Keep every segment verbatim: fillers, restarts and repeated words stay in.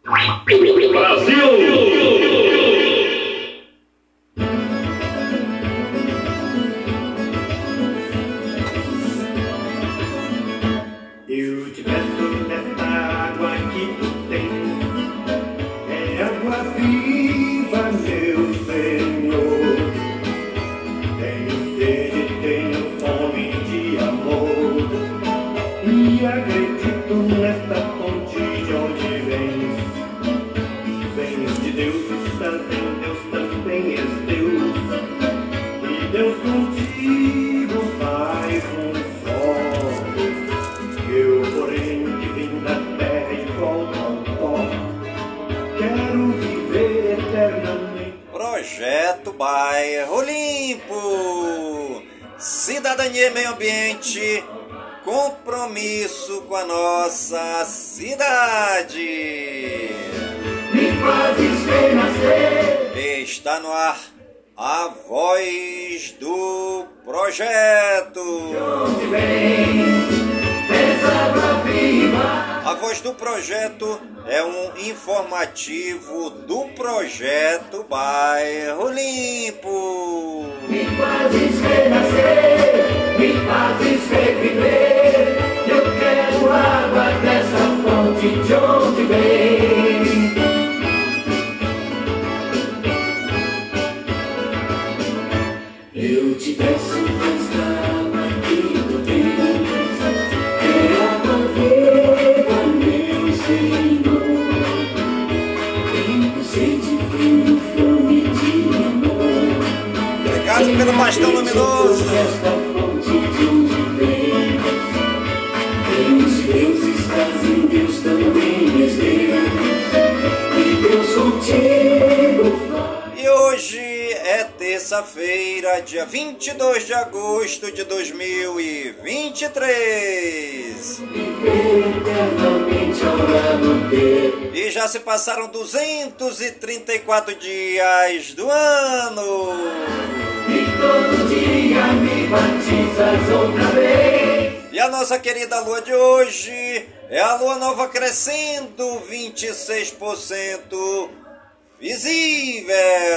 Eu te peço desta água que tu tens, é água viva, meu Senhor. Tenho sede, tenho fome de amor, e acredito nesta fonte de onde vens. Vens de Deus, estás em Deus, também és Deus, e Deus contigo faz um só. Eu, porém, que vim da terra e volto ao pó, quero viver eternamente. Projeto Bairro Limpo. Cidadania e meio ambiente. Compromisso com a nossa cidade. Me fazes renascer. Está no ar a voz do projeto. Onde vem? A voz do projeto é um informativo do projeto Bairro Limpo. Me fazes renascer, me fazes reviver. Eu quero água dessa fonte de onde vem. Eu te peço desta água que tu tens, é água viva, meu Senhor. Tenho sede, tenho fome de amor. Obrigado pelo bastão luminoso. Esta fonte de onde vem. Deus, Deus, estás em Deus, também és Deus, e Deus contigo. E hoje é terça-feira, dia vinte e dois de agosto de dois mil e vinte e três. Eternamente ao lado teu. E já se passaram duzentos e trinta e quatro dias do ano. E todo dia me batizas outra vez. E a nossa querida lua de hoje é a lua nova crescendo vinte e seis por cento visível.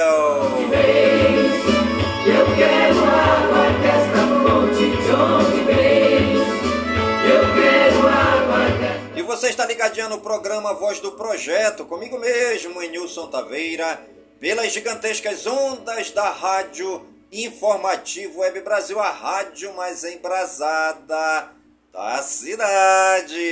Eu quero água desta fonte de onde vem. Eu quero água desta. E você está ligadinho no programa Voz do Projeto, comigo mesmo, Nilson Taveira, pelas gigantescas ondas da Rádio Informativo Web Brasil, a rádio mais embrasada da cidade.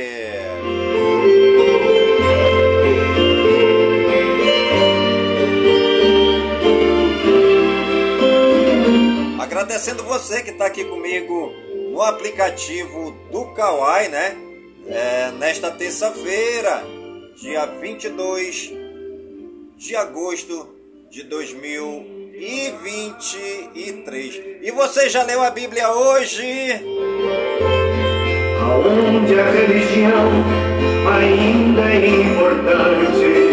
Agradecendo você que está aqui comigo no aplicativo do Kawai, né? É, nesta terça-feira, dia vinte e dois de agosto de dois mil e vinte e três. E você já leu a Bíblia hoje? Aonde a religião ainda é importante,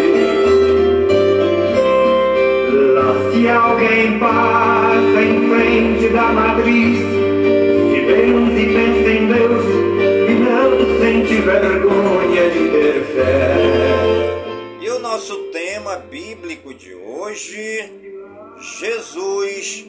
lá se alguém passa em frente da matriz, se Deus e pensa em Deus e não sente vergonha de ter fé. E o nosso tema bíblico de hoje: Jesus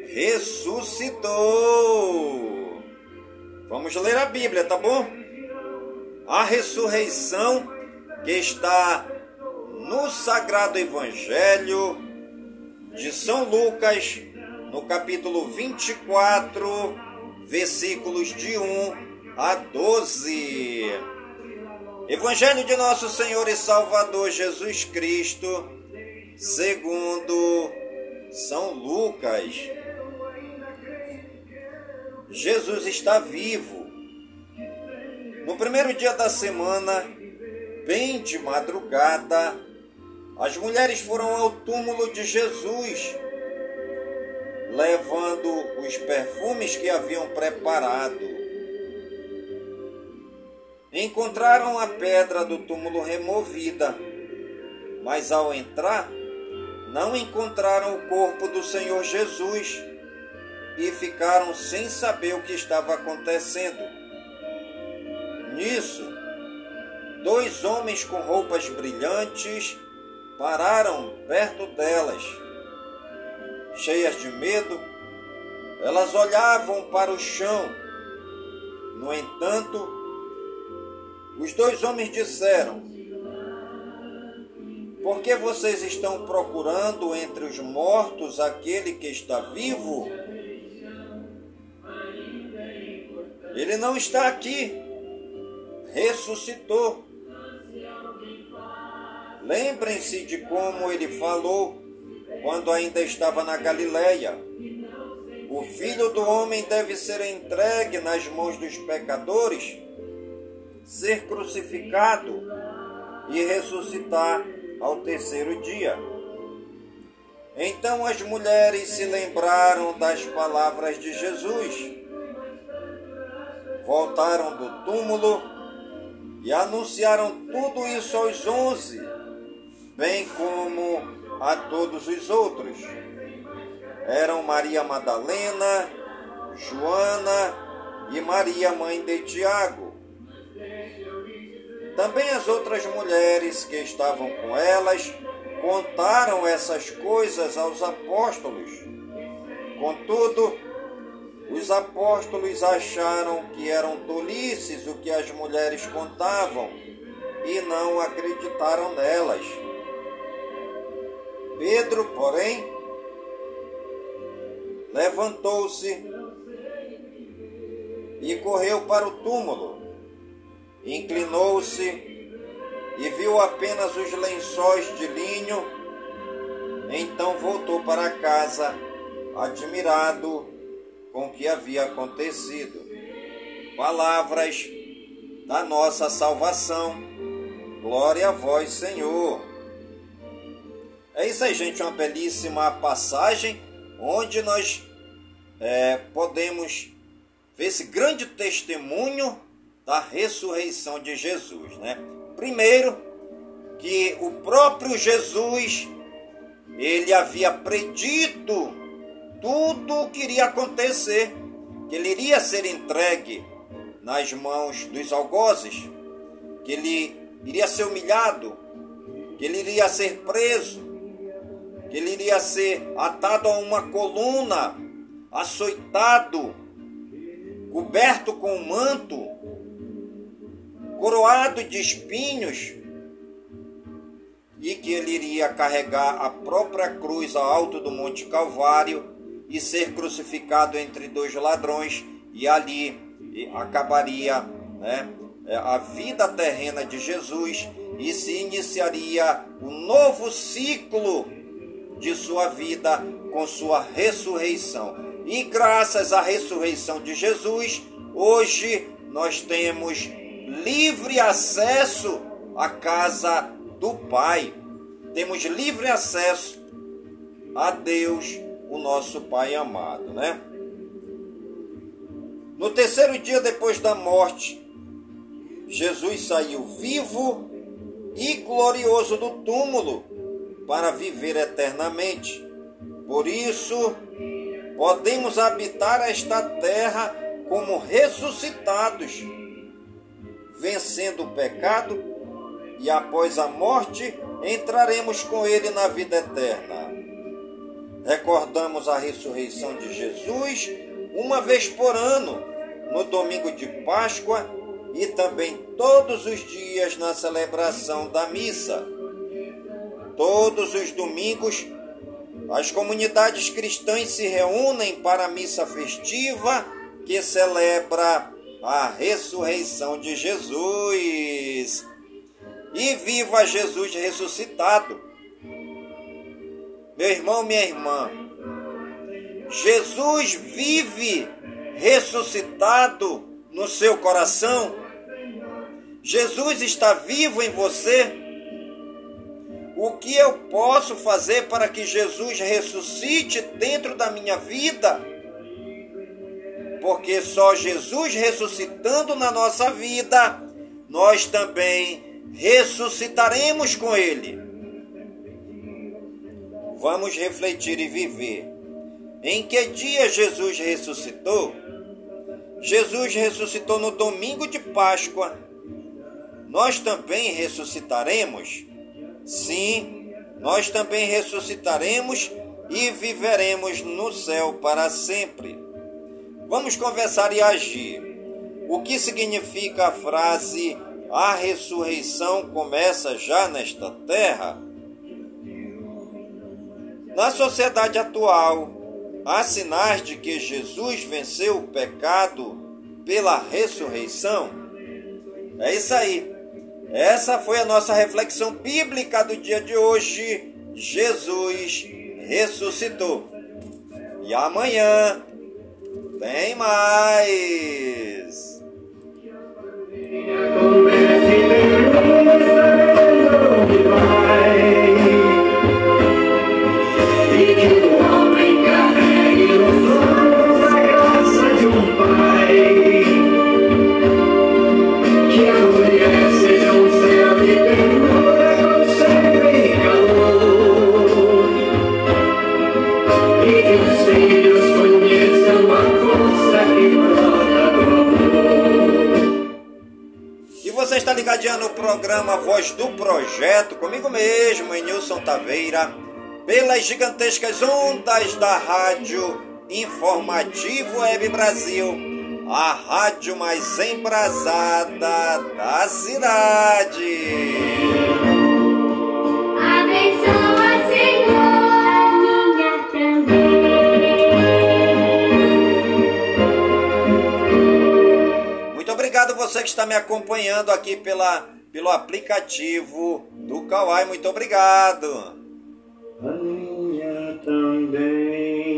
ressuscitou. Vamos ler a Bíblia, tá bom? A ressurreição que está no Sagrado Evangelho de São Lucas, no capítulo vinte e quatro, versículos de um a doze. Evangelho de nosso Senhor e Salvador Jesus Cristo, segundo São Lucas. Jesus está vivo. No primeiro dia da semana, bem de madrugada, as mulheres foram ao túmulo de Jesus, levando os perfumes que haviam preparado. Encontraram a pedra do túmulo removida, mas ao entrar, não encontraram o corpo do Senhor Jesus e ficaram sem saber o que estava acontecendo. Nisso, dois homens com roupas brilhantes pararam perto delas. Cheias de medo, elas olhavam para o chão. No entanto, os dois homens disseram: por que vocês estão procurando entre os mortos aquele que está vivo? Ele não está aqui, ressuscitou. Lembrem-se de como ele falou quando ainda estava na Galileia. O Filho do Homem deve ser entregue nas mãos dos pecadores, ser crucificado e ressuscitar ao terceiro dia. Então as mulheres se lembraram das palavras de Jesus, voltaram do túmulo e anunciaram tudo isso aos onze, bem como a todos os outros. Eram Maria Madalena, Joana e Maria, mãe de Tiago. Também as outras mulheres que estavam com elas contaram essas coisas aos apóstolos. Contudo, os apóstolos acharam que eram tolices o que as mulheres contavam e não acreditaram nelas. Pedro, porém, levantou-se e correu para o túmulo. Inclinou-se e viu apenas os lençóis de linho. Então voltou para casa, admirado com o que havia acontecido. Palavras da nossa salvação. Glória a vós, Senhor. É isso aí, gente, uma belíssima passagem onde nós é, podemos ver esse grande testemunho da ressurreição de Jesus, né? Primeiro, que o próprio Jesus, ele havia predito tudo o que iria acontecer, que ele iria ser entregue nas mãos dos algozes, que ele iria ser humilhado, que ele iria ser preso, que ele iria ser atado a uma coluna, açoitado, coberto com um manto, coroado de espinhos, e que ele iria carregar a própria cruz ao alto do Monte Calvário e ser crucificado entre dois ladrões, e ali acabaria, né, a vida terrena de Jesus e se iniciaria o novo ciclo de sua vida com sua ressurreição. E graças à ressurreição de Jesus, hoje nós temos livre acesso à casa do Pai. Temos livre acesso a Deus, o nosso Pai amado, né? No terceiro dia depois da morte, Jesus saiu vivo e glorioso do túmulo para viver eternamente. Por isso, podemos habitar esta terra como ressuscitados, vencendo o pecado, e após a morte entraremos com ele na vida eterna. Recordamos a ressurreição de Jesus uma vez por ano, no domingo de Páscoa, e também todos os dias na celebração da missa. Todos os domingos, as comunidades cristãs se reúnem para a missa festiva que celebra a ressurreição de Jesus. E viva Jesus ressuscitado! Meu irmão, minha irmã, Jesus vive ressuscitado no seu coração? Jesus está vivo em você? O que eu posso fazer para que Jesus ressuscite dentro da minha vida? Porque só Jesus ressuscitando na nossa vida, nós também ressuscitaremos com Ele. Vamos refletir e viver. Em que dia Jesus ressuscitou? Jesus ressuscitou no domingo de Páscoa, nós também ressuscitaremos? Sim, nós também ressuscitaremos e viveremos no céu para sempre. Vamos conversar e agir. O que significa a frase "a ressurreição começa já nesta terra"? Na sociedade atual, há sinais de que Jesus venceu o pecado pela ressurreição? É isso aí. Essa foi a nossa reflexão bíblica do dia de hoje. Jesus ressuscitou. E amanhã tem mais. Você está ligadinho no programa Voz do Projeto, comigo mesmo, Nilson Taveira, pelas gigantescas ondas da Rádio Informativo Web Brasil, a rádio mais embrasada da cidade. Abençoa, Senhor, minha também. Obrigado você que está me acompanhando aqui pela, pelo aplicativo do Kawai. Muito obrigado. A minha também.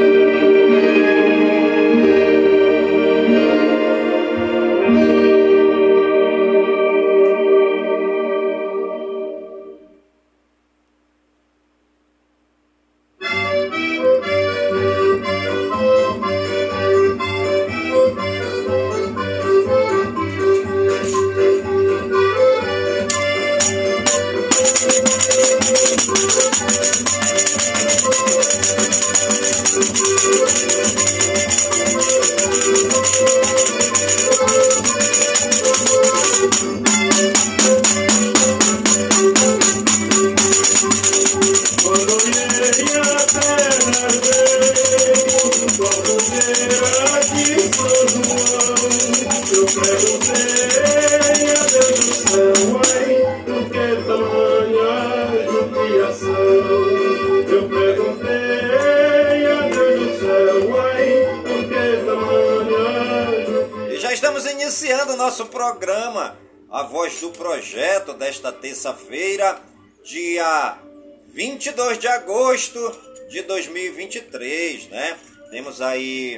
Iniciando o nosso programa, a Voz do Projeto, desta terça-feira, dia vinte e dois de agosto de dois mil e vinte e três, né? Temos aí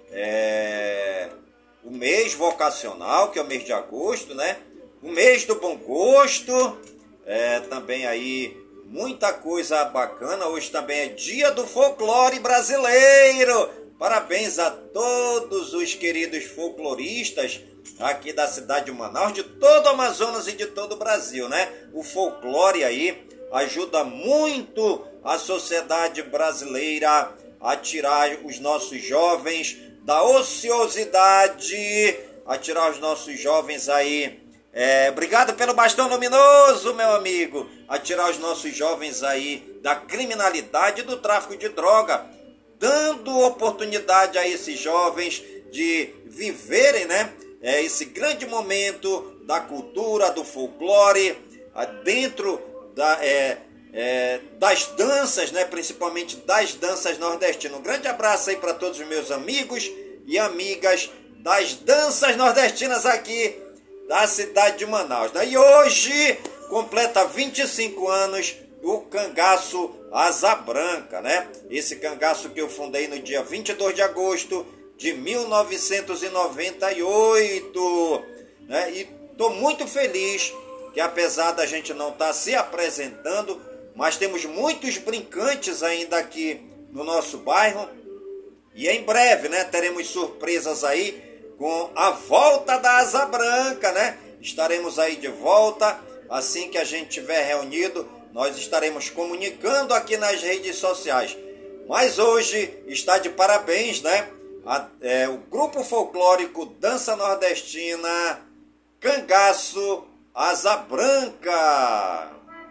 é, o mês vocacional, que é o mês de agosto, né? O mês do bom gosto, é, também aí muita coisa bacana. Hoje também é dia do folclore brasileiro. Parabéns a todos os queridos folcloristas aqui da cidade de Manaus, de todo o Amazonas e de todo o Brasil, né? O folclore aí ajuda muito a sociedade brasileira a tirar os nossos jovens da ociosidade, a tirar os nossos jovens aí, é, obrigado pelo bastão luminoso, meu amigo, a tirar os nossos jovens aí da criminalidade e do tráfico de droga, dando oportunidade a esses jovens de viverem, né, é, esse grande momento da cultura, do folclore, dentro da, é, é, das danças, né, principalmente das danças nordestinas. Um grande abraço aí para todos os meus amigos e amigas das danças nordestinas aqui da cidade de Manaus, né? E hoje completa vinte e cinco anos o Cangaço Asa Branca, né? Esse cangaço que eu fundei no dia vinte e dois de agosto de mil novecentos e noventa e oito, né? E estou muito feliz que, apesar da gente não estar tá se apresentando, mas temos muitos brincantes ainda aqui no nosso bairro. E em breve, né, teremos surpresas aí com a volta da Asa Branca, né? Estaremos aí de volta. Assim que a gente estiver reunido, nós estaremos comunicando aqui nas redes sociais. Mas hoje está de parabéns, né? A, é, o grupo folclórico Dança Nordestina Cangaço Asa Branca.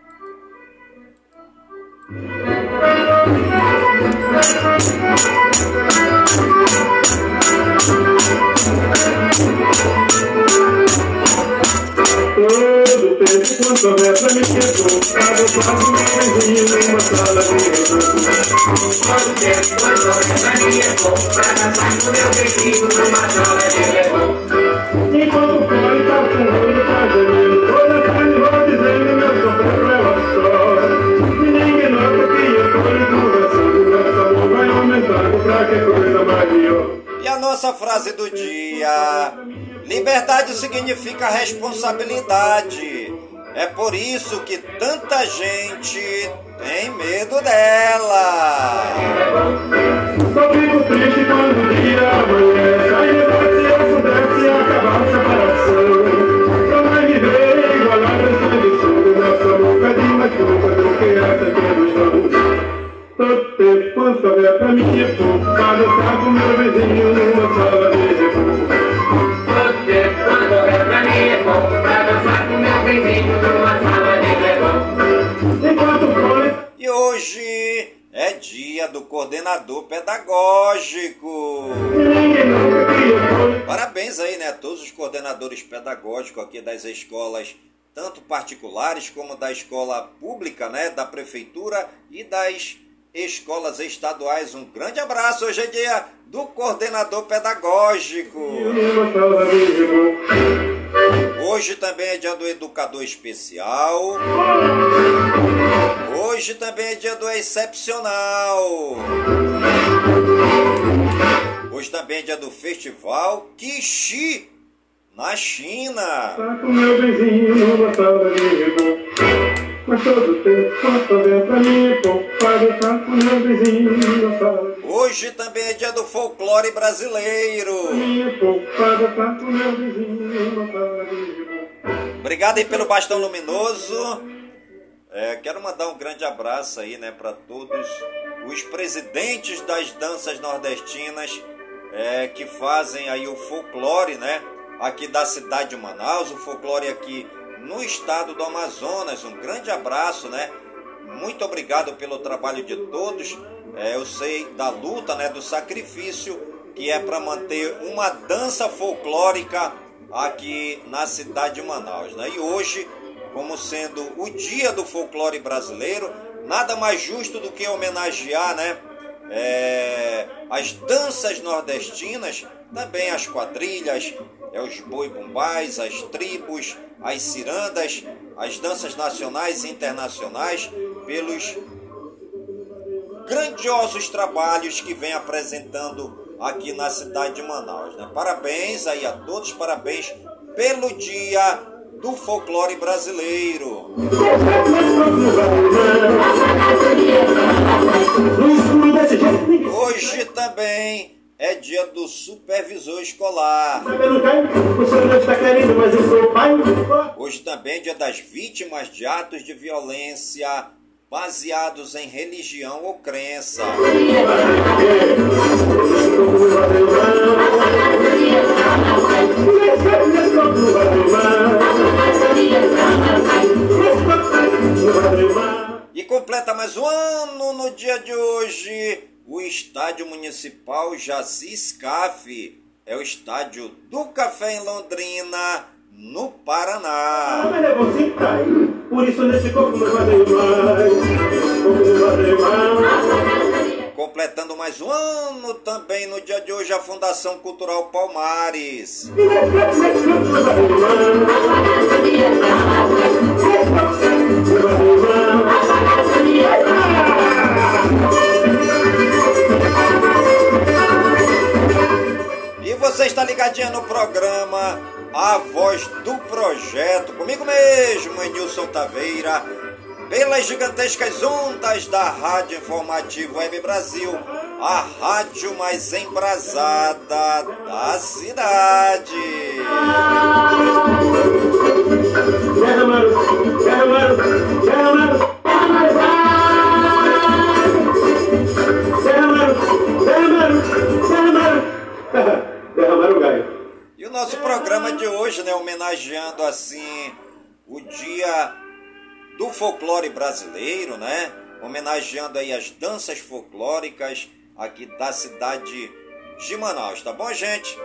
Todo tempo quanto houver pra me quebrar, eu faço meu beijinho numa sala de rebanho. Todo tempo quanto houver pra me quebrar, eu faço meu beijinho numa sala de rebanho. Enquanto o pai tá fumando, tá gemendo, toda tarde vou dizendo meu sofrer ela só. E ninguém nota que eu tô lhe conversando, nosso amor vai aumentando pra que coisa maior. E a nossa frase do dia: liberdade significa responsabilidade. É por isso que tanta gente tem medo dela. Só fico triste quando o dia amanhece. Aí depois se eu pudesse acabar a separação, eu não viver igual a pessoa de sul. Nossa boca de mais culpa do que essa que nos dão. Todo tempo quanto houver pra mim é pouco, pra dançar com meu vizinho numa sala de repouso. Todo tempo quanto houver pra mim é pouco, pra dançar com meu vizinho numa sala de repouso. Enquanto foi. E hoje é dia do coordenador pedagógico. Parabéns aí, né, a todos os coordenadores pedagógicos aqui das escolas, tanto particulares como da escola pública, né, da prefeitura e das escolas estaduais. Um grande abraço. Hoje é dia do coordenador pedagógico. Hoje também é dia do educador especial. Hoje também é dia do excepcional. Hoje também é dia do festival Qixi, na China. Tá com meu vizinho numa sala de repouso. Mas todo tempo quanto houver pra mim é pouco, pra dançar com meu vizinho numa sala de repouso. Hoje também é dia do folclore brasileiro. Obrigado aí pelo bastão luminoso. É, quero mandar um grande abraço aí, né, para todos os presidentes das danças nordestinas é, que fazem aí o folclore, né, aqui da cidade de Manaus, o folclore aqui no estado do Amazonas. Um grande abraço, né? Muito obrigado pelo trabalho de todos. É, eu sei da luta, né, do sacrifício que é para manter uma dança folclórica aqui na cidade de Manaus, né? E hoje, como sendo o dia do folclore brasileiro, nada mais justo do que homenagear, né, é, as danças nordestinas, também as quadrilhas, é, os boi-bumbás, as tribos, as cirandas, as danças nacionais e internacionais, pelos grandiosos trabalhos que vem apresentando aqui na cidade de Manaus, né? Parabéns aí a todos, parabéns pelo dia do folclore brasileiro. Hoje também é dia do supervisor escolar. Hoje também é dia das vítimas de atos de violência baseados em religião ou crença. E completa mais um ano no dia de hoje o Estádio Municipal Jaci Scaf. É o estádio do Café em Londrina, no Paraná. Por isso nesse corpo não vai mais. Completando mais um ano também no dia de hoje a Fundação Cultural Palmares. E você está ligadinha no programa A Voz do Projeto, comigo mesmo, Nilson Taveira, pelas gigantescas ondas da Rádio Informativo Web Brasil, a rádio mais embrasada da cidade. E o nosso programa de hoje, né, homenageando assim o dia do folclore brasileiro, né? Homenageando aí as danças folclóricas aqui da cidade de Manaus, tá bom, gente?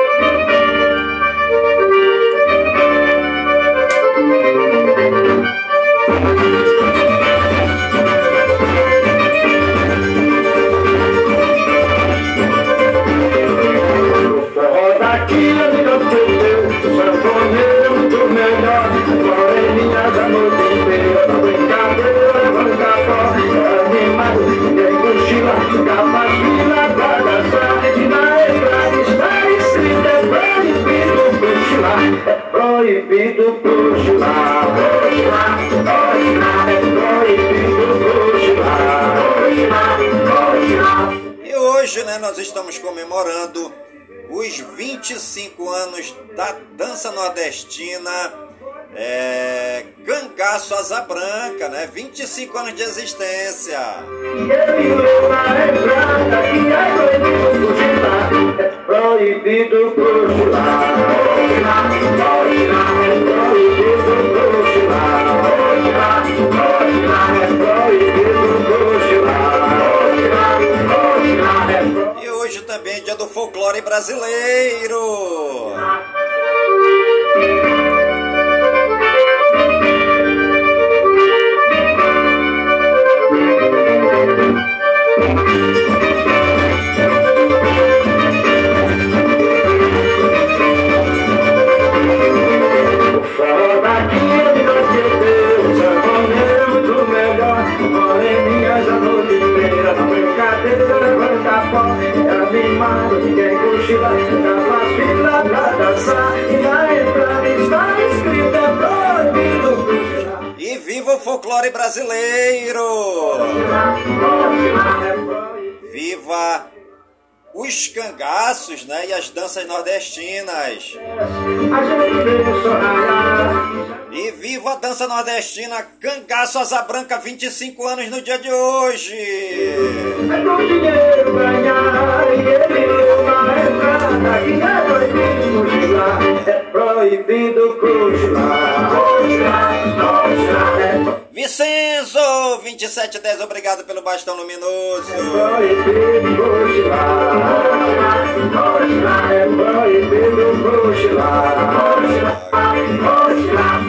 Proibido cochilar, cochilar, cochilar, é proibido cochilar, cochilar, cochilar. E hoje, né, nós estamos comemorando os vinte e cinco anos da dança nordestina, é, Cangaço Asa Branca, né? vinte e cinco anos de existência. É proibido cochilar, cochilar, cochilar, é proibido cochilar, cochilar, cochilar, é proibido cochilar, cochilar, cochilar, é proibido. E hoje também é dia do folclore brasileiro. E viva o folclore brasileiro! Viva os cangaços, né? E as danças nordestinas! E viva a dança nordestina Cangaço Asa Branca, vinte e cinco anos no dia de hoje! É pro dinheiro ganhar e ele leva a entrada, que é proibido cochilar, é proibido cochilar, cochilar, cochilar, é Vicenzo, vinte e sete dez, obrigado pelo bastão luminoso. proibido cochilar, cochilar, é proibido cochilar, cochilar, cochilar.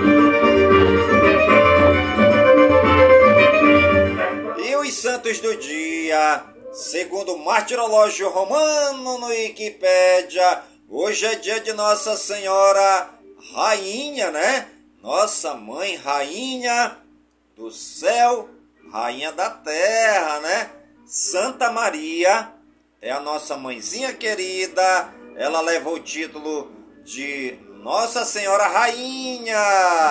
E os santos do dia, segundo o martirológio romano no Wikipédia, hoje é dia de Nossa Senhora Rainha, né? Nossa Mãe Rainha do céu, Rainha da terra, né? Santa Maria é a nossa mãezinha querida, ela leva o título de Nossa Senhora Rainha.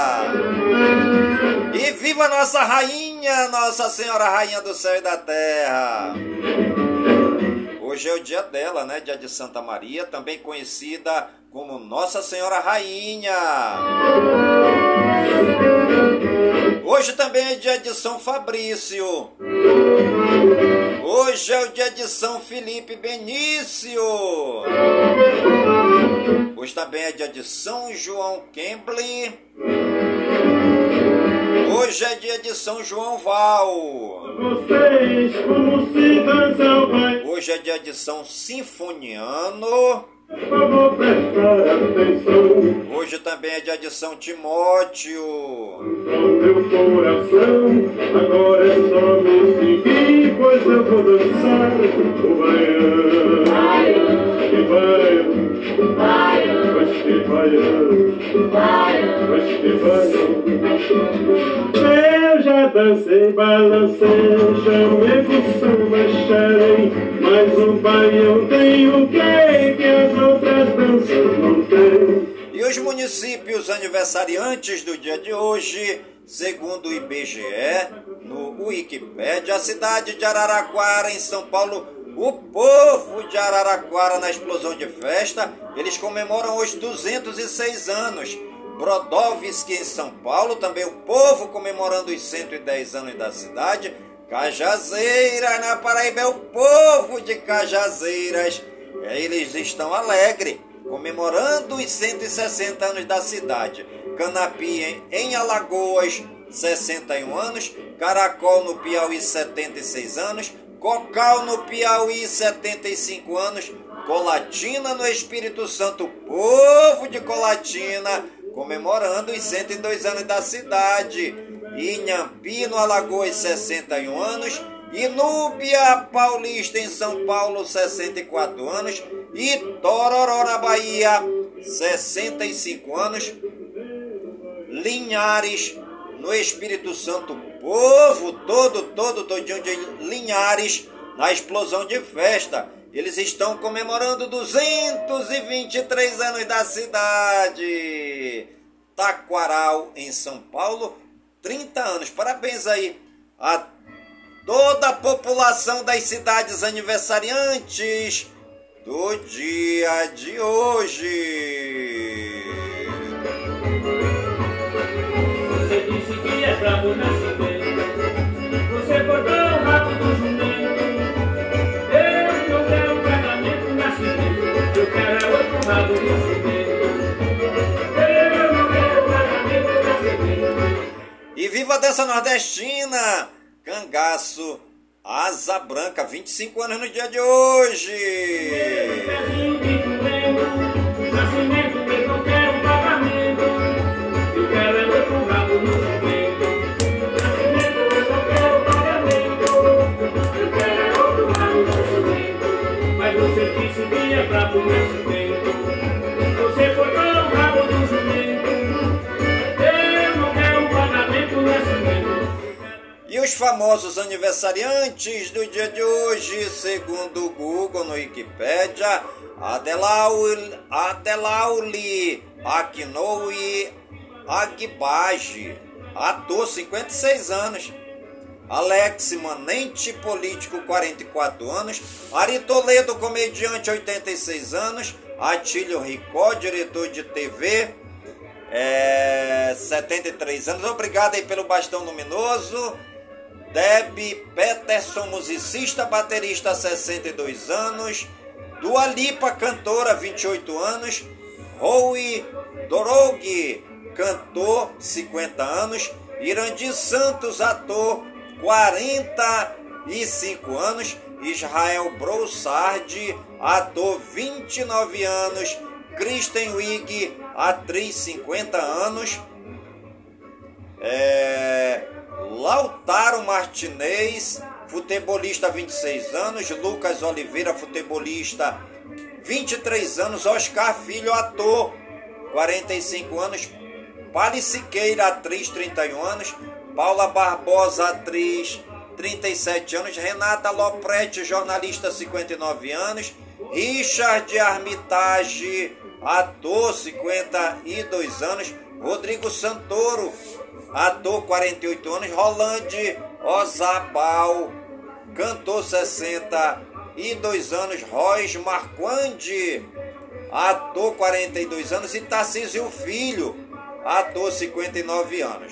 E viva Nossa Rainha, Nossa Senhora Rainha do céu e da terra. Hoje é o dia dela, né? Dia de Santa Maria, também conhecida como Nossa Senhora Rainha. Hoje também é dia de São Fabrício. Hoje é o dia de São Felipe Benício. Hoje também é dia de São João Kemble. Hoje é dia de São João Val. Vocês, como se dançam, vai. Hoje é dia de São Sinfoniano. Por favor, prestar atenção. Hoje também é dia de São Timóteo. No meu coração, agora é só me seguir, pois eu vou dançar o baiano. Que baiano, mas que baiano, mas que baiano. Eu já dancei, balancei, chamego, samba, xarei, mas o baião tem o quê que as outras danças não têm? E os municípios aniversariantes do dia de hoje, segundo o I B G E, no Wikipédia, a cidade de Araraquara, em São Paulo, o povo de Araraquara, na explosão de festa, eles comemoram hoje duzentos e seis anos. Brodowski, em São Paulo, também o povo comemorando os cento e dez anos da cidade. Cajazeira, na Paraíba, é o povo de Cajazeiras. Eles estão alegres, comemorando os cento e sessenta anos da cidade. Canapi, em, em Alagoas, sessenta e um anos. Caracol, no Piauí, setenta e seis anos. Cocal, no Piauí, setenta e cinco anos. Colatina, no Espírito Santo, povo de Colatina, comemorando os cento e dois anos da cidade. Inhampi, no Alagoas, sessenta e um anos. Inúbia Paulista, em São Paulo, sessenta e quatro anos. E Tororó, na Bahia, sessenta e cinco anos. Linhares, no Espírito Santo, povo todo, todo, todinho de Linhares, na explosão de festa. Eles estão comemorando duzentos e vinte e três anos da cidade. Taquaral, em São Paulo, trinta anos. Parabéns aí a toda a população das cidades aniversariantes do dia de hoje. Você disse que é brabo nascimento, você cortou o rabo do jumento. Eu não quero casamento nascimento, eu quero outro rabo do jumento. Eu não quero casamento nascimento. E viva a dança nordestina! Cangaço, Asa Branca, vinte e cinco anos no dia de hoje. Pezinho de jumento, nascimento eu não quero pagamento. Eu quero é outro rabo no jumento. Nascimento eu não quero pagamento. Eu quero é outro rabo no jumento. Mas você disse que é brabo nascimento. Você cortou o rabo do jumento. Eu não quero pagamento nascimento. E os famosos aniversariantes do dia de hoje, segundo o Google, no Wikipédia, Adelaule, Adelaule Akinoue Agbaje, ator, cinquenta e seis anos. Alex Manente, político, quarenta e quatro anos. Ari Toledo, comediante, oitenta e seis anos. Atílio Ricó, diretor de T V, é, setenta e três anos. Obrigado aí pelo bastão luminoso. Debbie Peterson, musicista, baterista, sessenta e dois anos. Dua Lipa, cantora, vinte e oito anos. Howie Dorog, cantor, cinquenta anos. Irandi Santos, ator, quarenta e cinco anos. Israel Broussard, ator, vinte e nove anos. Kristen Wiig, atriz, cinquenta anos. É... Lautaro Martinez, futebolista, vinte e seis anos. Lucas Oliveira, futebolista, vinte e três anos. Oscar Filho, ator, quarenta e cinco anos. Pali Siqueira, atriz, trinta e um anos. Paula Barbosa, atriz, trinta e sete anos. Renata Lopretti, jornalista, cinquenta e nove anos. Richard Armitage, ator, cinquenta e dois anos. Rodrigo Santoro, ator, quarenta e oito anos. Rolande Ozabal, cantor, sessenta e dois anos. Royce Marquande, ator, quarenta e dois anos. E Tarcísio Filho, ator, cinquenta e nove anos.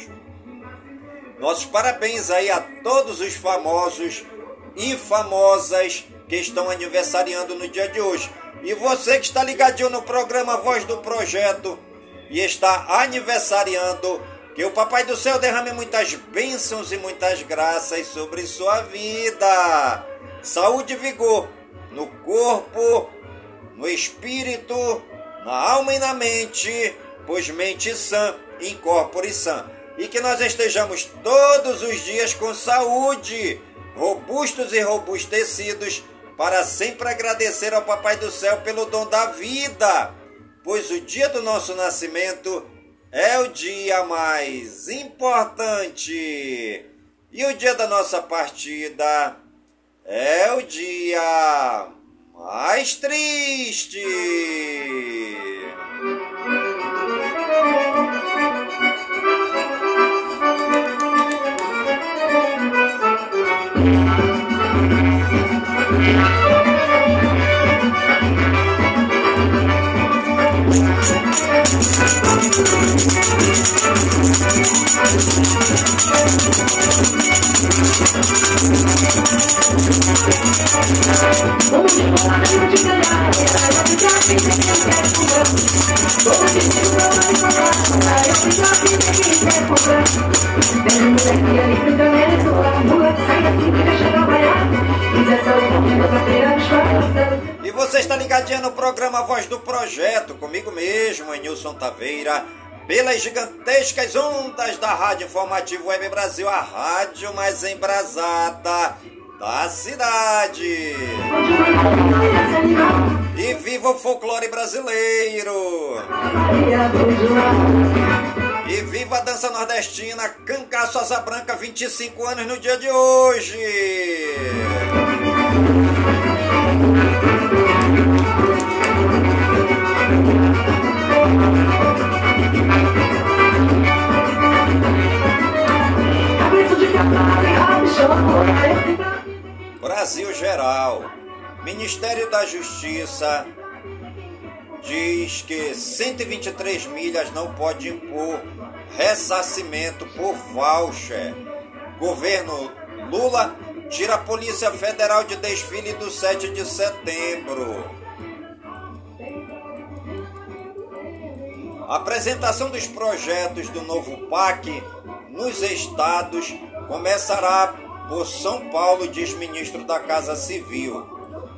Nossos parabéns aí a todos os famosos e famosas que estão aniversariando no dia de hoje. E você que está ligadinho no programa Voz do Projeto e está aniversariando, que o Papai do Céu derrame muitas bênçãos e muitas graças sobre sua vida. Saúde e vigor no corpo, no espírito, na alma e na mente, pois mente sã, incorpore sã. E que nós estejamos todos os dias com saúde, robustos e robustecidos, para sempre agradecer ao Papai do Céu pelo dom da vida, pois o dia do nosso nascimento é o dia mais importante e o dia da nossa partida é o dia mais triste. Vamos embora, de ganhar, era de E você está ligadinha no programa Voz do Projeto, comigo mesmo, Nilson Taveira, pelas gigantescas ondas da Rádio Informativo Web Brasil, a rádio mais embrasada da cidade. E viva o folclore brasileiro! E viva a dança nordestina, Cangaço Asa Branca, vinte e cinco anos no dia de hoje! Brasil Geral. Ministério da Justiça diz que cento e vinte e três milhas não pode impor ressarcimento por voucher. Governo Lula tira a Polícia Federal de desfile do sete de setembro. A apresentação dos projetos do novo P A C nos estados começará por São Paulo, diz ministro da Casa Civil.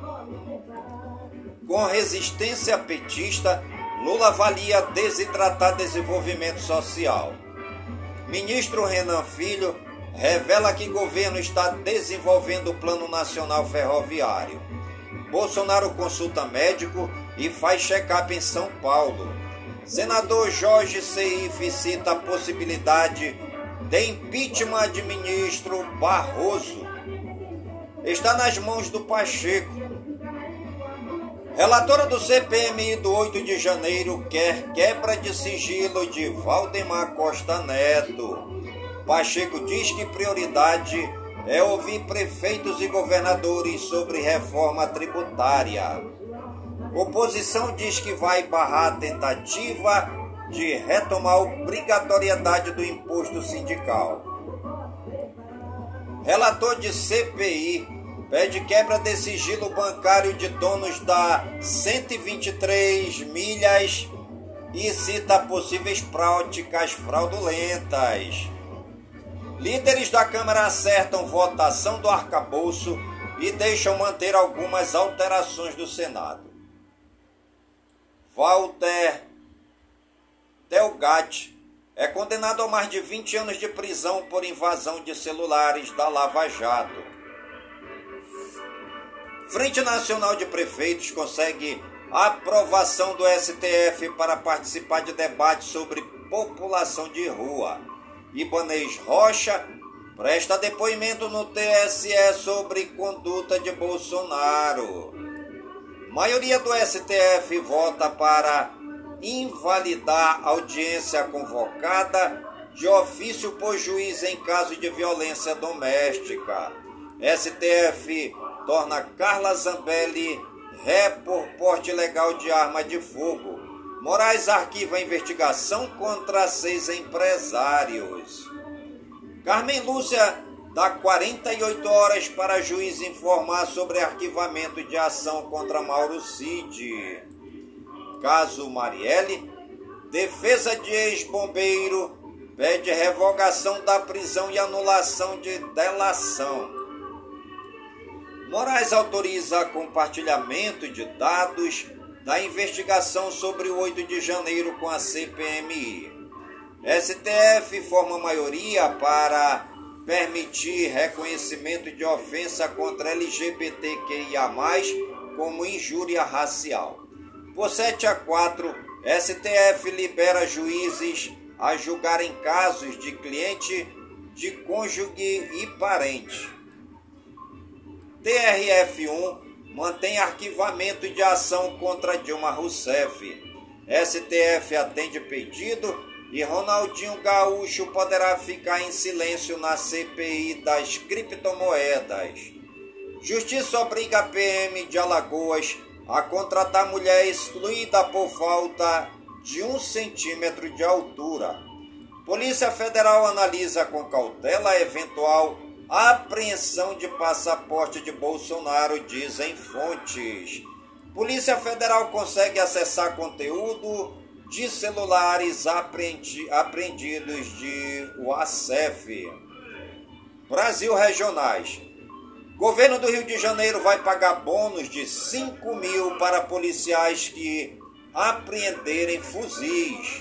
Com resistência petista, Lula avalia desidratar desenvolvimento social. Ministro Renan Filho revela que governo está desenvolvendo o Plano Nacional Ferroviário. Bolsonaro consulta médico e faz check-up em São Paulo. Senador Jorge Seif cita a possibilidade de impeachment de ministro Barroso. Está nas mãos do Pacheco. Relatora do C P M I do oito de janeiro quer quebra de sigilo de Valdemar Costa Neto. Pacheco diz que prioridade é ouvir prefeitos e governadores sobre reforma tributária. Oposição diz que vai barrar a tentativa de retomar a obrigatoriedade do imposto sindical. Relator de C P I pede quebra de sigilo bancário de donos da cento e vinte e três milhas e cita possíveis práticas fraudulentas. Líderes da Câmara acertam votação do arcabouço e deixam manter algumas alterações do Senado. Walter Delgatti é condenado a mais de vinte anos de prisão por invasão de celulares da Lava Jato. Frente Nacional de Prefeitos consegue a aprovação do S T F para participar de debate sobre população de rua. Ibanez Rocha presta depoimento no T S E sobre conduta de Bolsonaro. Maioria do S T F vota para invalidar audiência convocada de ofício por juiz em caso de violência doméstica. S T F torna Carla Zambelli ré por porte ilegal de arma de fogo. Moraes arquiva a investigação contra seis empresários. Carmen Lúcia dá quarenta e oito horas para juiz informar sobre arquivamento de ação contra Mauro Cid. Caso Marielle, defesa de ex-bombeiro pede revogação da prisão e anulação de delação. Moraes autoriza compartilhamento de dados da investigação sobre o oito de janeiro com a C P M I. S T F forma maioria para permitir reconhecimento de ofensa contra L G B T Q I A mais, como injúria racial. Por sete a quatro, S T F libera juízes a julgarem casos de cliente, de cônjuge e parente. T R F um mantém arquivamento de ação contra Dilma Rousseff. S T F atende pedido e Ronaldinho Gaúcho poderá ficar em silêncio na C P I das criptomoedas. Justiça obriga a P M de Alagoas a contratar mulher excluída por falta de um centímetro de altura. Polícia Federal analisa com cautela a eventual apreensão de passaporte de Bolsonaro, dizem fontes. Polícia Federal consegue acessar conteúdo de celulares apreendi- apreendidos de U A S E F. Brasil Regionais. Governo do Rio de Janeiro vai pagar bônus de cinco mil para policiais que apreenderem fuzis.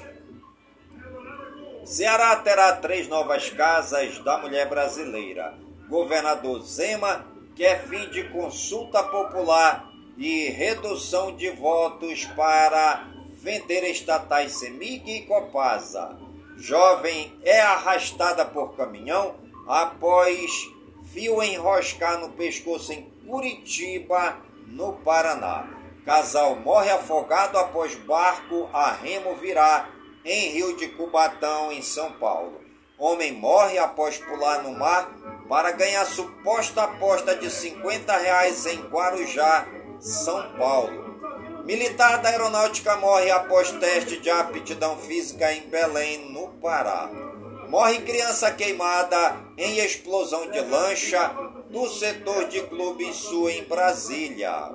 Ceará terá três novas casas da mulher brasileira. Governador Zema quer fim de consulta popular e redução de votos para vender estatais Semig e Copasa. Jovem é arrastada por caminhão após fio enroscar no pescoço em Curitiba, no Paraná. Casal morre afogado após barco a remo virar em Rio de Cubatão, em São Paulo. Homem morre após pular no mar para ganhar suposta aposta de cinquenta reais em Guarujá, São Paulo. Militar da Aeronáutica morre após teste de aptidão física em Belém, no Pará. Morre criança queimada em explosão de lancha do setor de Clube Sul, em Brasília.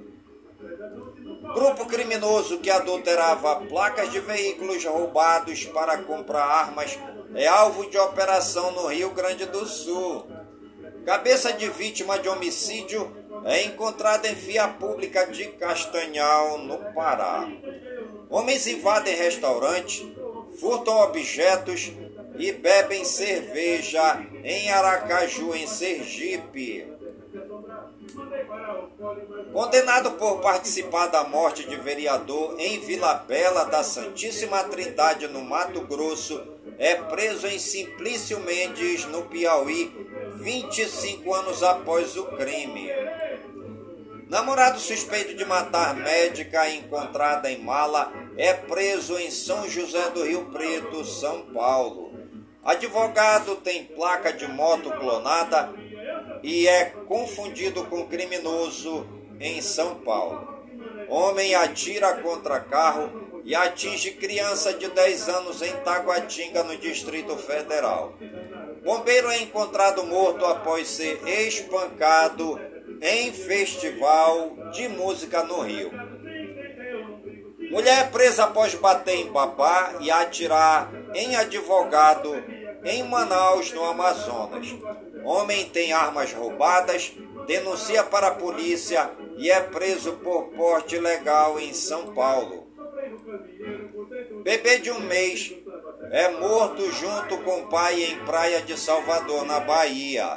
Grupo criminoso que adulterava placas de veículos roubados para comprar armas é alvo de operação no Rio Grande do Sul. Cabeça de vítima de homicídio é encontrada em via pública de Castanhal, no Pará. Homens invadem restaurante, furtam objetos e bebem cerveja em Aracaju, em Sergipe. Condenado por participar da morte de vereador em Vila Bela da Santíssima Trindade, no Mato Grosso, é preso em Simplício Mendes, no Piauí, vinte e cinco anos após o crime. Namorado suspeito de matar médica encontrada em mala é preso em São José do Rio Preto, São Paulo. Advogado tem placa de moto clonada e é confundido com criminoso em São Paulo. Homem atira contra carro e atinge criança de dez anos em Taguatinga, no Distrito Federal. Bombeiro é encontrado morto após ser espancado em festival de música no Rio. Mulher presa após bater em babá e atirar em advogado em Manaus, no Amazonas. Homem tem armas roubadas, denuncia para a polícia e é preso por porte ilegal em São Paulo. Bebê de um mês é morto junto com pai em Praia de Salvador, na Bahia.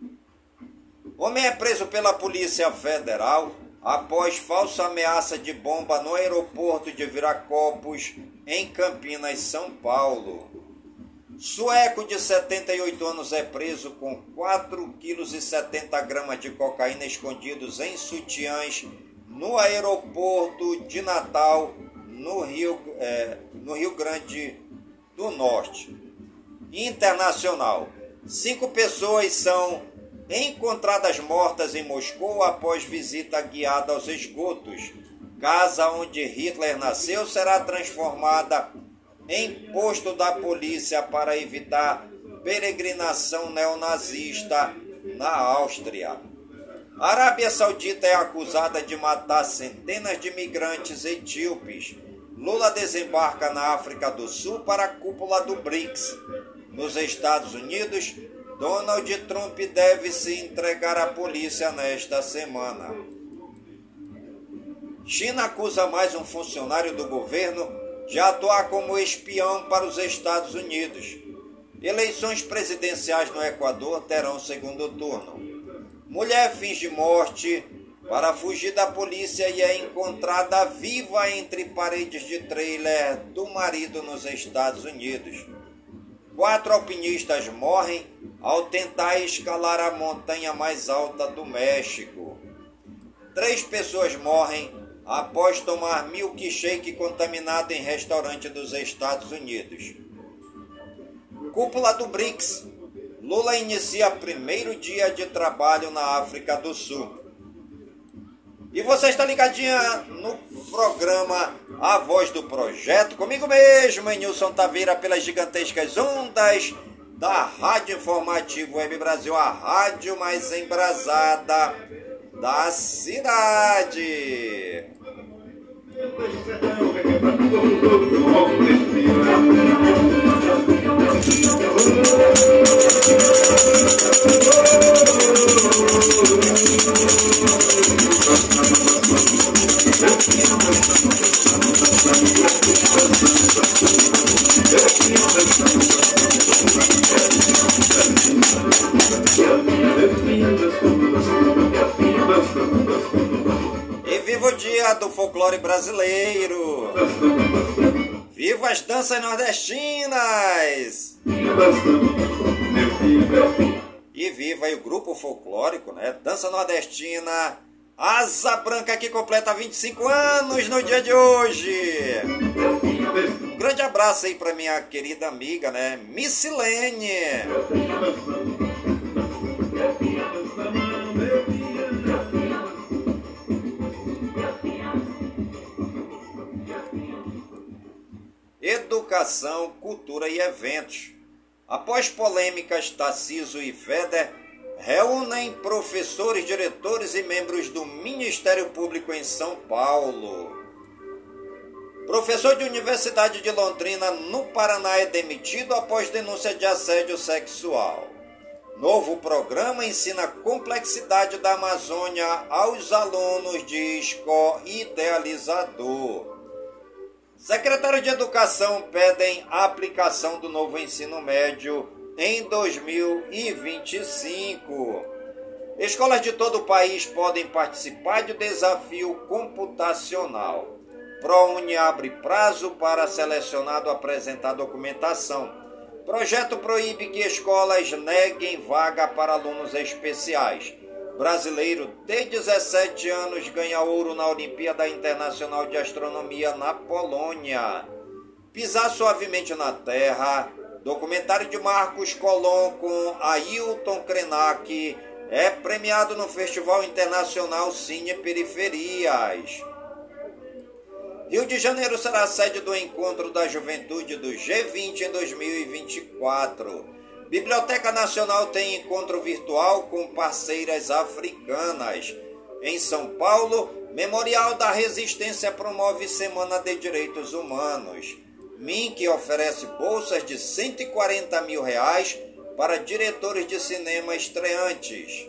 Homem é preso pela Polícia Federal após falsa ameaça de bomba no aeroporto de Viracopos, em Campinas, São Paulo. Sueco de setenta e oito anos é preso com quatro vírgula setenta quilos de cocaína escondidos em sutiãs no aeroporto de Natal, no Rio, é, no Rio Grande do Norte. Internacional. Cinco pessoas são encontradas mortas em Moscou após visita guiada aos esgotos. Casa onde Hitler nasceu será transformada em posto da polícia para evitar peregrinação neonazista na Áustria. A Arábia Saudita é acusada de matar centenas de migrantes etíopes. Lula desembarca na África do Sul para a cúpula do BRICS. Nos Estados Unidos, Donald Trump deve se entregar à polícia nesta semana. China acusa mais um funcionário do governo de atuar como espião para os Estados Unidos. Eleições presidenciais no Equador terão segundo turno. Mulher finge morte para fugir da polícia e é encontrada viva entre paredes de trailer do marido nos Estados Unidos. Quatro alpinistas morrem ao tentar escalar a montanha mais alta do México. Três pessoas morrem após tomar milkshake contaminado em restaurante dos Estados Unidos. Cúpula do BRICS. Lula inicia primeiro dia de trabalho na África do Sul. E você está ligadinha no programa A Voz do Projeto, comigo mesmo, Nilson Taveira, pelas gigantescas ondas da Rádio Informativo Web Brasil, a rádio mais embrasada da cidade. E viva o dia do folclore brasileiro! Viva as danças nordestinas! E viva aí o grupo folclórico, né? Dança nordestina Asa Branca, que completa vinte e cinco anos no dia de hoje. Um grande abraço aí pra minha querida amiga, né? Missilene. Educação, cultura e eventos. Após polêmicas, Tarcísio e Feder reúnem professores, diretores e membros do Ministério Público em São Paulo. Professor de Universidade de Londrina, no Paraná, é demitido após denúncia de assédio sexual. Novo programa ensina a complexidade da Amazônia aos alunos, diz co-idealizador. Secretários de Educação pedem a aplicação do novo ensino médio em dois mil e vinte e cinco. Escolas de todo o país podem participar do desafio computacional. ProUni abre prazo para selecionado apresentar documentação. Projeto proíbe que escolas neguem vaga para alunos especiais. Brasileiro de dezessete anos ganha ouro na Olimpíada Internacional de Astronomia na Polônia. Pisar suavemente na terra. Documentário de Marcos Colom com Ailton Krenak é premiado no Festival Internacional Cine Periferias. Rio de Janeiro será a sede do Encontro da Juventude do G vinte em dois mil e vinte e quatro. Biblioteca Nacional tem encontro virtual com parceiras africanas. Em São Paulo, Memorial da Resistência promove Semana de Direitos Humanos. Mink oferece bolsas de cento e quarenta mil reais para diretores de cinema estreantes.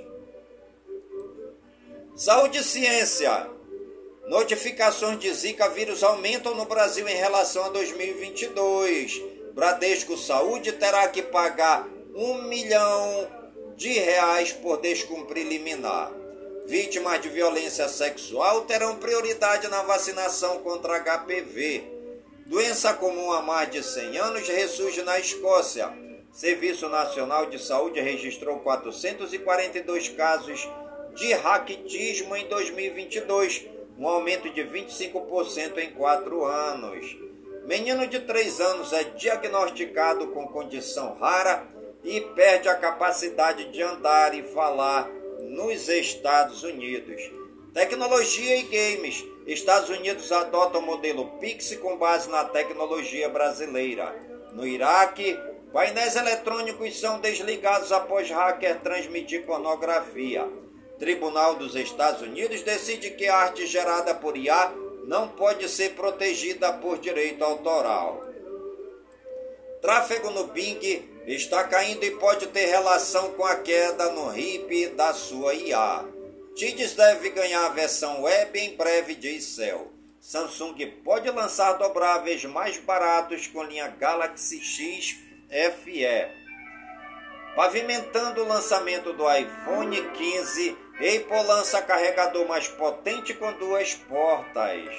Saúde e ciência. Notificações de Zika vírus aumentam no Brasil em relação a dois mil e vinte e dois. Bradesco Saúde terá que pagar um milhão de reais por descumprir liminar. Vítimas de violência sexual terão prioridade na vacinação contra H P V. Doença comum há mais de cem anos ressurge na Escócia. Serviço Nacional de Saúde registrou quatrocentos e quarenta e dois casos de raquitismo em dois mil e vinte e dois, um aumento de vinte e cinco por cento em quatro anos. Menino de três anos é diagnosticado com condição rara e perde a capacidade de andar e falar nos Estados Unidos. Tecnologia e games. Estados Unidos adotam o modelo Pix com base na tecnologia brasileira. No Iraque, painéis eletrônicos são desligados após hacker transmitir pornografia. Tribunal dos Estados Unidos decide que a arte gerada por I A não pode ser protegida por direito autoral. Tráfego no Bing está caindo e pode ter relação com a queda no R I P da sua I A. Tidis deve ganhar a versão web em breve, diz Cell. Samsung pode lançar dobráveis mais baratos com linha Galaxy X F E. Pavimentando o lançamento do iPhone quinze, Apple lança carregador mais potente com duas portas.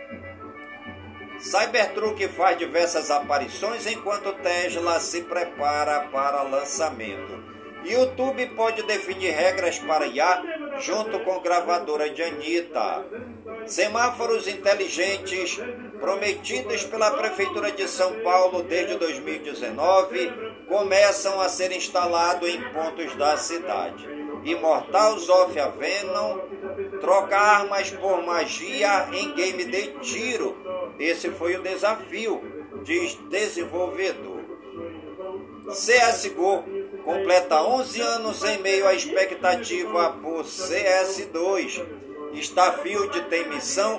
Cybertruck faz diversas aparições enquanto Tesla se prepara para lançamento. YouTube pode definir regras para I A junto com gravadora de Anitta. Semáforos inteligentes prometidos pela Prefeitura de São Paulo desde dois mil e dezenove começam a ser instalados em pontos da cidade. Immortal Zofia Venom troca armas por magia em game de tiro. Esse foi o desafio, diz desenvolvedor. C S G O completa onze anos em meio à expectativa por C S dois. Starfield tem missão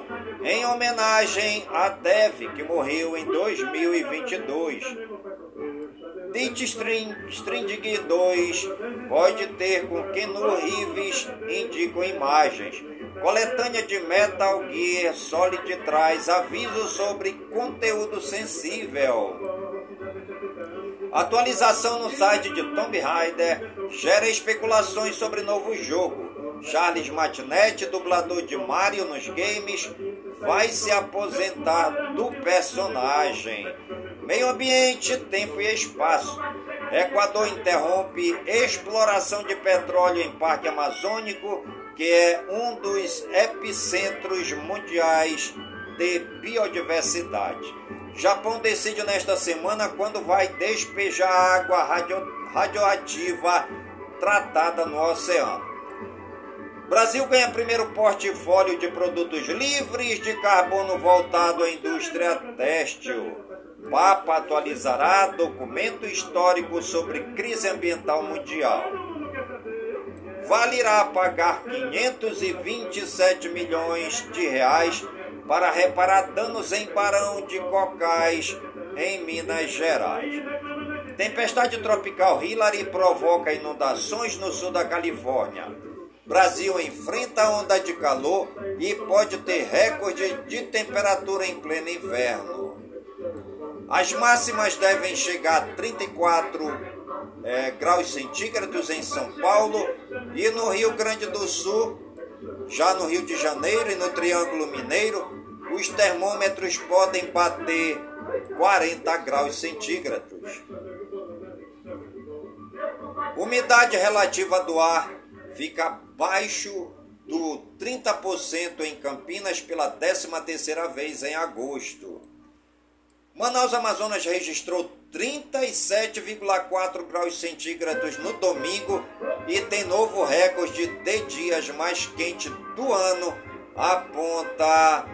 em homenagem a Deve, que morreu em dois mil e vinte e dois. Dit Stranding dois pode ter com Keanu Reeves indicam imagens. Coletânea de Metal Gear Solid traz aviso sobre conteúdo sensível. Atualização no site de Tomb Raider gera especulações sobre novo jogo. Charles Martinet, dublador de Mario nos games, vai se aposentar do personagem. Meio ambiente, tempo e espaço. Equador interrompe exploração de petróleo em Parque Amazônico, que é um dos epicentros mundiais de biodiversidade. Japão decide nesta semana quando vai despejar água radio, radioativa tratada no oceano. Brasil ganha primeiro portfólio de produtos livres de carbono voltado à indústria têxtil. Papa atualizará documento histórico sobre crise ambiental mundial. Vale irá pagar quinhentos e vinte e sete milhões de reais para reparar danos em Barão de Cocais, em Minas Gerais. Tempestade tropical Hillary provoca inundações no sul da Califórnia. Brasil enfrenta onda de calor e pode ter recorde de temperatura em pleno inverno. As máximas devem chegar a trinta e quatro é, graus centígrados em São Paulo e no Rio Grande do Sul. Já no Rio de Janeiro e no Triângulo Mineiro, os termômetros podem bater quarenta graus centígrados. Umidade relativa do ar fica abaixo do trinta por cento em Campinas pela décima terceira vez em agosto. Manaus, Amazonas registrou trinta e sete vírgula quatro graus centígrados no domingo e tem novo recorde de dias mais quentes do ano, aponta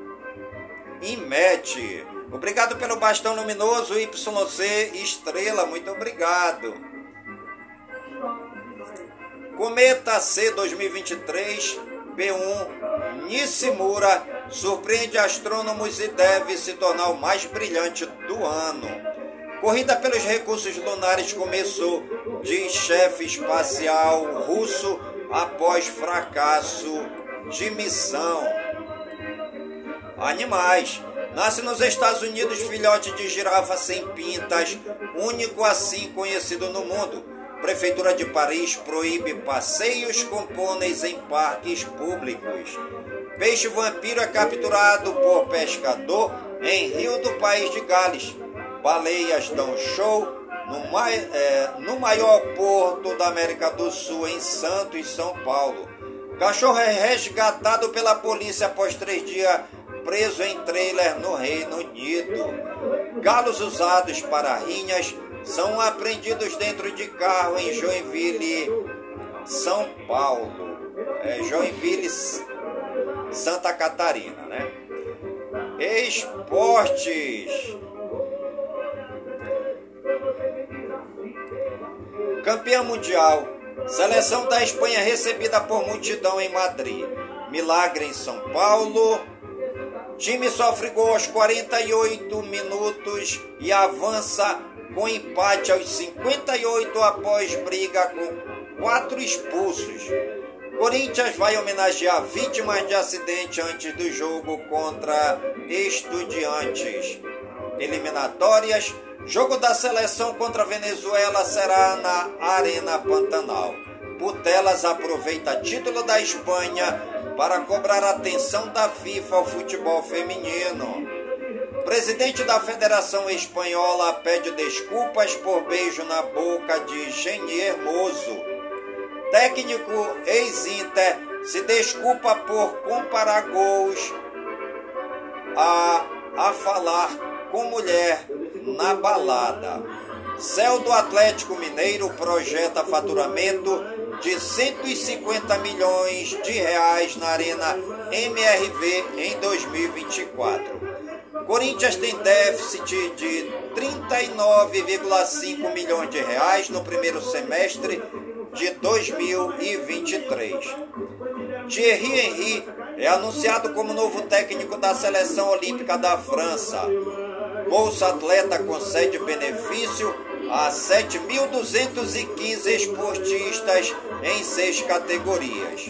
IMET. Obrigado pelo bastão luminoso Y C Estrela, muito obrigado. Cometa C dois mil e vinte e três B um Nishimura surpreende astrônomos e deve se tornar o mais brilhante do ano. Corrida pelos recursos lunares começou, diz chefe espacial russo após fracasso de missão. Animais. Nasce nos Estados Unidos filhote de girafa sem pintas, único assim conhecido no mundo. Prefeitura de Paris proíbe passeios com pôneis em parques públicos. Peixe vampiro é capturado por pescador em rio do país de Gales. Baleias dão show no, mai, é, no maior porto da América do Sul, em Santos, São Paulo. Cachorro é resgatado pela polícia após três dias preso em trailer no Reino Unido. Galos usados para rinhas são apreendidos dentro de carro em Joinville, São Paulo. É, Joinville, Santa Catarina, né? Esportes. Campeã mundial. Seleção da Espanha recebida por multidão em Madrid. Milagre em São Paulo. Time sofre gol aos quarenta e oito minutos e avança com empate aos cinquenta e oito após briga com quatro expulsos. Corinthians vai homenagear vítimas de acidente antes do jogo contra Estudiantes. Eliminatórias. Jogo da seleção contra a Venezuela será na Arena Pantanal. Putelas aproveita título da Espanha para cobrar atenção da FIFA ao futebol feminino. Presidente da Federação Espanhola pede desculpas por beijo na boca de Jenny Hermoso. Técnico ex-Inter se desculpa por comparar gols a, a falar com mulher na balada. Céu do Atlético Mineiro projeta faturamento de cento e cinquenta milhões de reais na Arena M R V em dois mil e vinte e quatro. Corinthians tem déficit de trinta e nove vírgula cinco milhões de reais no primeiro semestre de dois mil e vinte e três. Thierry Henry é anunciado como novo técnico da Seleção Olímpica da França. Bolsa Atleta concede benefício a sete mil duzentos e quinze esportistas em seis categorias.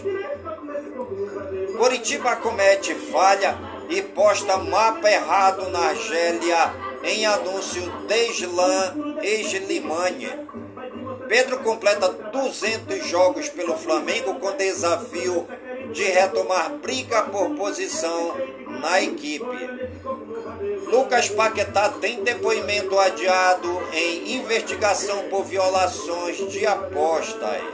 Coritiba comete falha e posta mapa errado na Argélia em anúncio de Islam Slimani. Pedro completa duzentos jogos pelo Flamengo com desafio de retomar briga por posição na equipe. Lucas Paquetá tem depoimento adiado em investigação por violações de apostas.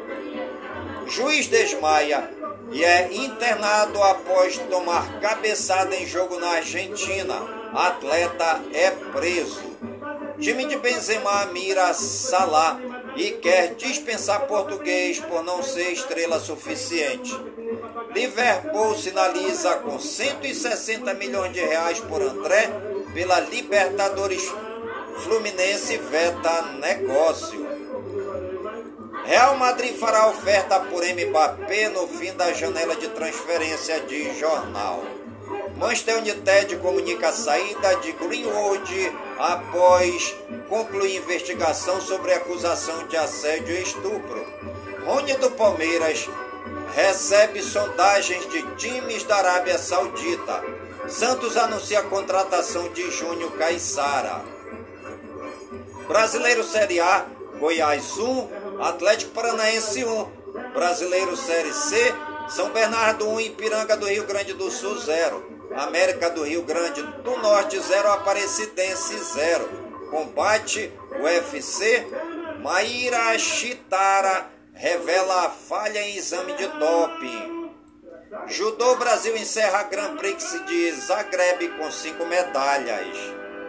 Juiz desmaia e é internado após tomar cabeçada em jogo na Argentina. Atleta é preso. Time de Benzema mira Salah e quer dispensar português por não ser estrela suficiente. Liverpool sinaliza com cento e sessenta milhões de reais por André pela Libertadores. Fluminense veta negócio. Real Madrid fará oferta por Mbappé no fim da janela de transferência de jornal. Manchester United comunica a saída de Greenwood após concluir investigação sobre acusação de assédio e estupro. Rony do Palmeiras recebe sondagens de times da Arábia Saudita. Santos anuncia a contratação de Júnior Caissara. Brasileiro Série A, Goiás um, Atlético Paranaense um. Brasileiro Série C, São Bernardo um, Ipiranga do Rio Grande do Sul zero. América do Rio Grande do Norte zero, Aparecidense zero. Combate U F C, Maíra Chitara revela a falha em exame de doping. Judô Brasil encerra a Grand Prix de Zagreb com cinco medalhas.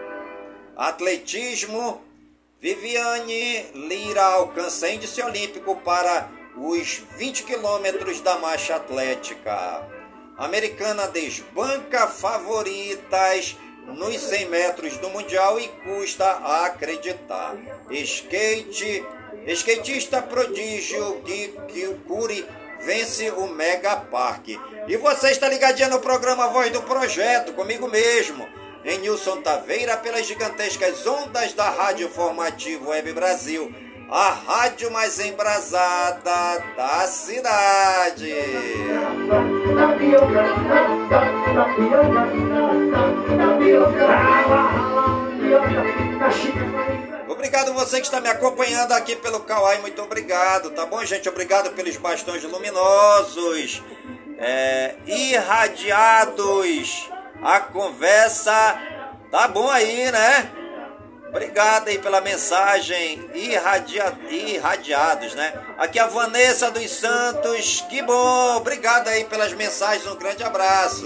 Atletismo, Viviane Lira alcança índice olímpico para os vinte quilômetros da marcha atlética. Americana desbanca favoritas nos cem metros do Mundial e custa a acreditar. Skate, skatista prodígio de Kyukuri vence o Mega Park. E você está ligadinha no programa Voz do Projeto, comigo mesmo, em Nilson Taveira, pelas gigantescas ondas da Rádio Informativo Web Brasil, a rádio mais embrasada da cidade. Obrigado você que está me acompanhando aqui pelo Kawai, muito obrigado, tá bom, gente? Obrigado pelos bastões luminosos, é, irradiados, a conversa tá bom aí, né? Obrigado aí pela mensagem, irradia, irradiados, né? Aqui a Vanessa dos Santos, que bom, obrigado aí pelas mensagens, um grande abraço.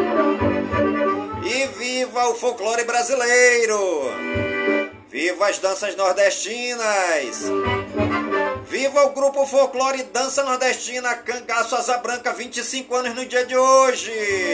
E viva o folclore brasileiro! Viva as danças nordestinas! Viva o grupo Folclore Dança Nordestina Cangaço Asa Branca, vinte e cinco anos no dia de hoje!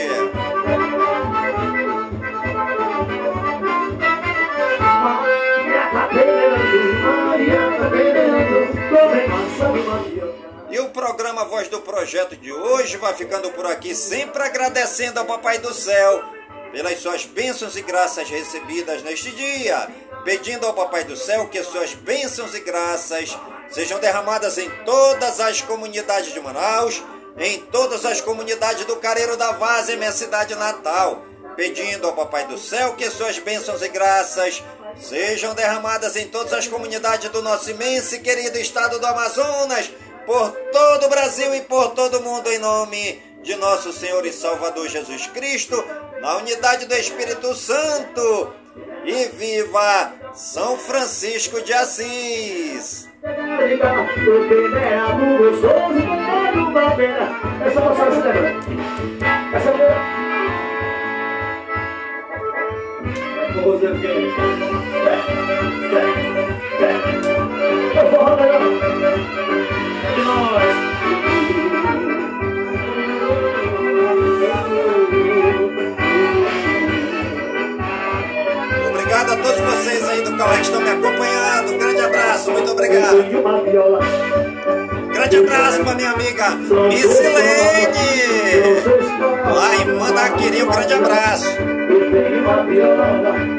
E o programa Voz do Projeto de hoje vai ficando por aqui, sempre agradecendo ao Papai do Céu pelas suas bênçãos e graças recebidas neste dia, pedindo ao Papai do Céu que suas bênçãos e graças sejam derramadas em todas as comunidades de Manaus, em todas as comunidades do Careiro da Várzea, minha cidade natal, pedindo ao Papai do Céu que suas bênçãos e graças sejam derramadas em todas as comunidades do nosso imenso e querido estado do Amazonas, por todo o Brasil e por todo o mundo, em nome de nosso Senhor e Salvador Jesus Cristo, na unidade do Espírito Santo. E viva São Francisco de Assis! Obrigado a todos vocês aí do Cauê que estão me acompanhando. Um grande abraço, muito obrigado. Grande grande abraço pra minha amiga Missilene, lá em Mandaquiri, um grande abraço. Eu tenho uma viola